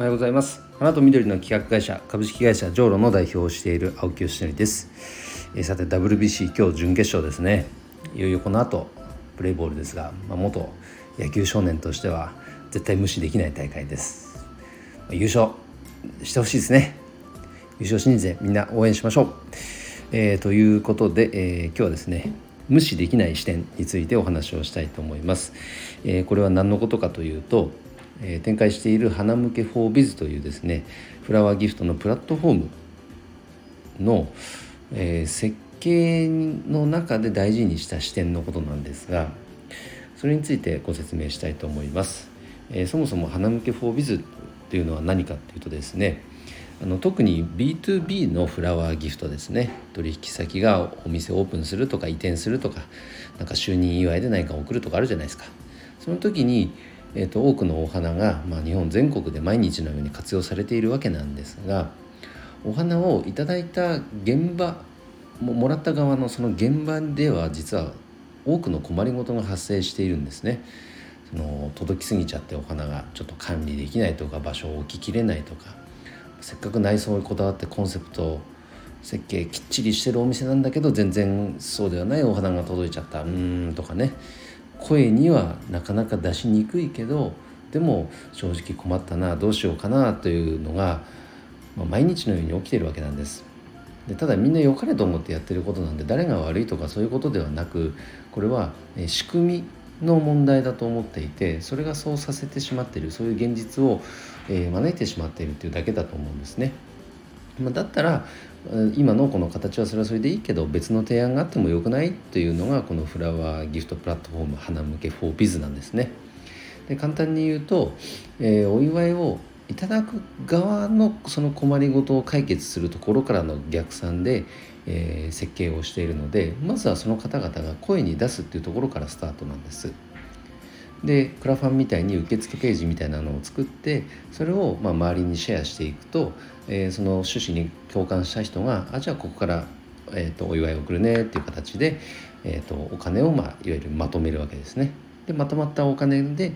おはようございます。花と緑の企画会社株式会社ジョーロの代表をしている青木よしのりです。さて WBC 今日準決勝ですね。いよいよこの後プレーボールですが、元野球少年としては絶対無視できない大会です。優勝してほしいですね。優勝信じてみんな応援しましょう。ということで、今日はですね、無視できない視点についてお話をしたいと思います。これは何のことかというと、展開している花向け 4biz というですね、フラワーギフトのプラットフォームの、設計の中で大事にした視点のことなんですが、それについてご説明したいと思います。そもそも花向け 4biz というのは何かというとですね、特に B2B のフラワーギフトですね。取引先がお店をオープンするとか移転するとか、なんか就任祝いで何か送るとかあるじゃないですか。その時に、多くのお花が、日本全国で毎日のように活用されているわけなんですが、お花をいただいた現場もらった側のその現場では実は多くの困りごとが発生しているんですね。届きすぎちゃってお花がちょっと管理できないとか、場所を置ききれないとか、せっかく内装にこだわってコンセプト設計きっちりしてるお店なんだけど、全然そうではないお花が届いちゃったとかね、声にはなかなか出しにくいけど、でも正直困ったな、どうしようかなというのが、毎日のように起きているわけなんです。でただみんな良かれと思ってやってることなんで、誰が悪いとかそういうことではなく、これは仕組みの問題だと思っていて、それがそうさせてしまっている、そういう現実を招いてしまっているというだけだと思うんですね。だったら今のこの形はそれはそれでいいけど、別の提案があってもよくないというのがこのフラワーギフトプラットフォーム花向け 4biz なんですね。で簡単に言うと、お祝いをいただく側のその困りごとを解決するところからの逆算で、設計をしているので、まずはその方々が声に出すっていうところからスタートなんです。でクラファンみたいに受付ページみたいなのを作って、それを周りにシェアしていくと、その趣旨に共感した人がじゃあここから、お祝いを送るねっていう形で、お金をいわゆるまとめるわけですね。でまとまったお金で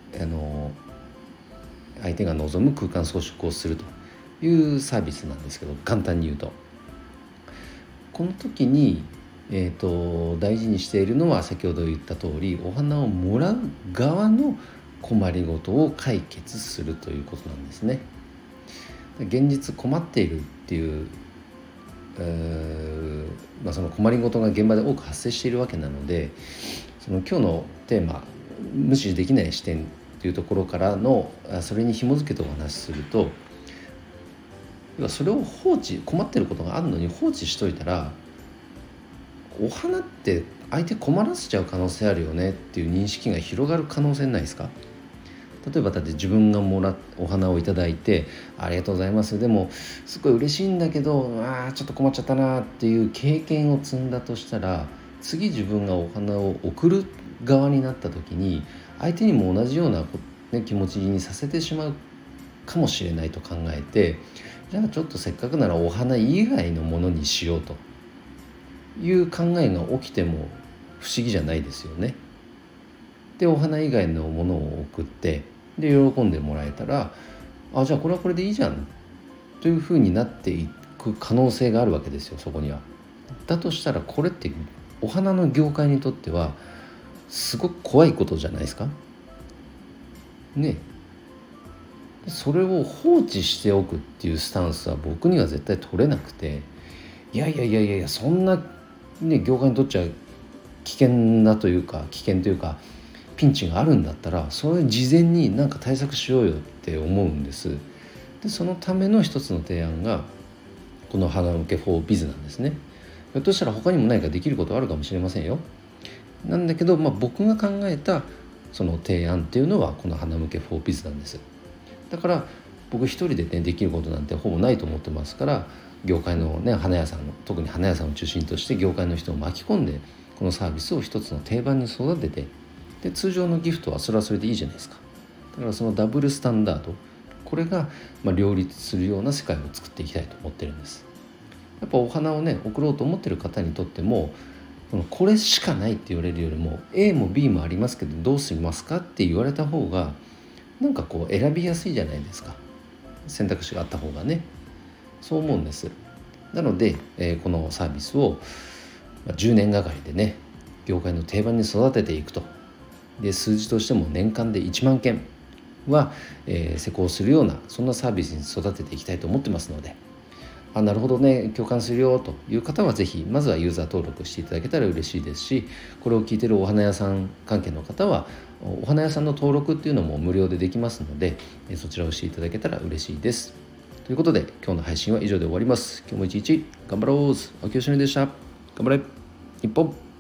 相手が望む空間装飾をするというサービスなんですけど、簡単に言うとこの時に、大事にしているのは先ほど言った通り、お花をもらう側の困りごとを解決するということなんですね。現実困っているっていう、その困りごとが現場で多く発生しているわけなので、その今日のテーマ無視できない視点というところからのそれに紐づけてお話しすると、要はそれを困ってることがあるのに放置しといたら、お花って相手困らせちゃう可能性あるよねっていう認識が広がる可能性ないですか？例えばだって自分がお花をいただいて、ありがとうございます、でもすごい嬉しいんだけどちょっと困っちゃったなっていう経験を積んだとしたら、次自分がお花を送る側になった時に相手にも同じような、気持ちにさせてしまうかもしれないと考えて、じゃあちょっとせっかくならお花以外のものにしようという考えが起きても不思議じゃないですよね。でお花以外のものを送って、で喜んでもらえたら、じゃあこれはこれでいいじゃんというふうになっていく可能性があるわけですよ、そこには。だとしたらこれってお花の業界にとってはすごく怖いことじゃないですかね。それを放置しておくっていうスタンスは僕には絶対取れなくて、いやそんな業界にとっちゃ危険というかピンチがあるんだったら、それ事前に何か対策しようよって思うんです。でそのための一つの提案がこの花向け 4biz なんですね。ひょっとしたら他にも何かできることあるかもしれませんよ。なんだけど、僕が考えたその提案っていうのはこの花向け 4biz なんです。だから僕一人でできることなんてほぼないと思ってますから、業界の花屋さん特に花屋さんを中心として業界の人を巻き込んで、このサービスを一つの定番に育てて、で通常のギフトはそれはそれでいいじゃないですか。だからそのダブルスタンダード、これが両立するような世界を作っていきたいと思ってるんです。やっぱお花を送ろうと思ってる方にとっても、これしかないって言われるよりも A も B もありますけどどうしますかって言われた方が選びやすいじゃないですか。 選択肢があった方がね、そう思うんです。なので、このサービスを10年がかりでね業界の定番に育てていくと。で数字としても年間で1万件は、施工するようなそんなサービスに育てていきたいと思ってますので、なるほどね、共感するよという方はぜひまずはユーザー登録していただけたら嬉しいですし、これを聞いているお花屋さん関係の方はお花屋さんの登録っていうのも無料でできますので、そちらをしていただけたら嬉しいです。ということで今日の配信は以上で終わります。今日も一日頑張ろう。青木よしのりでした。頑張れ日本。